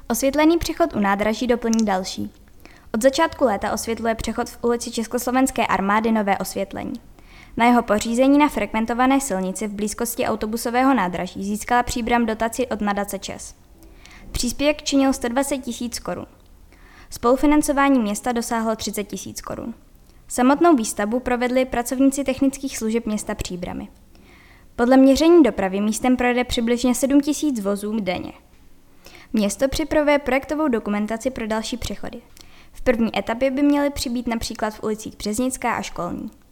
Osvětlený přechod u nádraží doplní další. Od začátku léta osvětluje přechod v ulici Československé armády nové osvětlení. Na jeho pořízení na frekventované silnici v blízkosti autobusového nádraží získala Příbram dotaci od nadace ČES. Příspěvek činil 120 000 korun. Spolufinancování města dosáhlo 30 000 korun. Samotnou výstavbu provedli pracovníci technických služeb města Příbramy. Podle měření dopravy místem projede přibližně 7 000 vozů denně. Město připravuje projektovou dokumentaci pro další přechody. V první etapě by měly přibýt například v ulicích Březnická a Školní.